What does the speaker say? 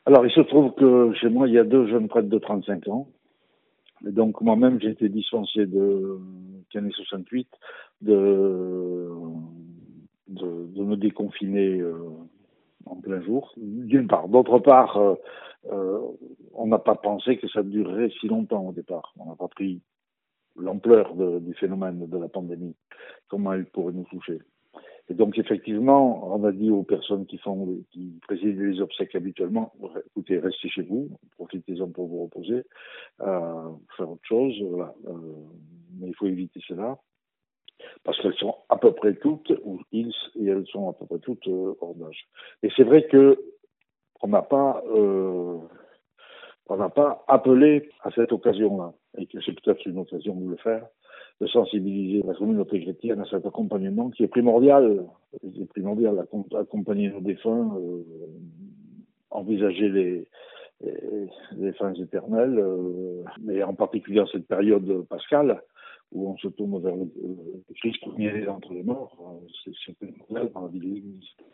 Alors, il se trouve que chez moi, il y a deux jeunes prêtres de 35 ans. Et donc, moi-même, j'ai été dispensé de l'année 68 de, de me déconfiner en plein jour, d'une part. D'autre part, euh, on n'a pas pensé que ça durerait si longtemps au départ. On n'a pas pris l'ampleur du phénomène de la pandémie, comment elle pourrait nous toucher. Et donc, effectivement, on a dit aux personnes qui président les obsèques habituellement, écoutez, restez chez vous, profitez-en pour vous reposer, faire autre chose, voilà. Mais il faut éviter cela, parce qu'elles sont à peu près toutes, ou ils, et elles sont à peu près toutes hors d'âge. Et c'est vrai que on n'a pas, on n'a pas appelé à cette occasion-là, et que c'est peut-être une occasion de le faire, de sensibiliser la communauté chrétienne à cet accompagnement qui est primordial. C'est primordial, accompagner nos défunts, envisager les fins éternelles, mais en particulier en cette période pascale, où on se tourne vers le Christ premier entre les morts, c'est primordial dans la vie de l'Église.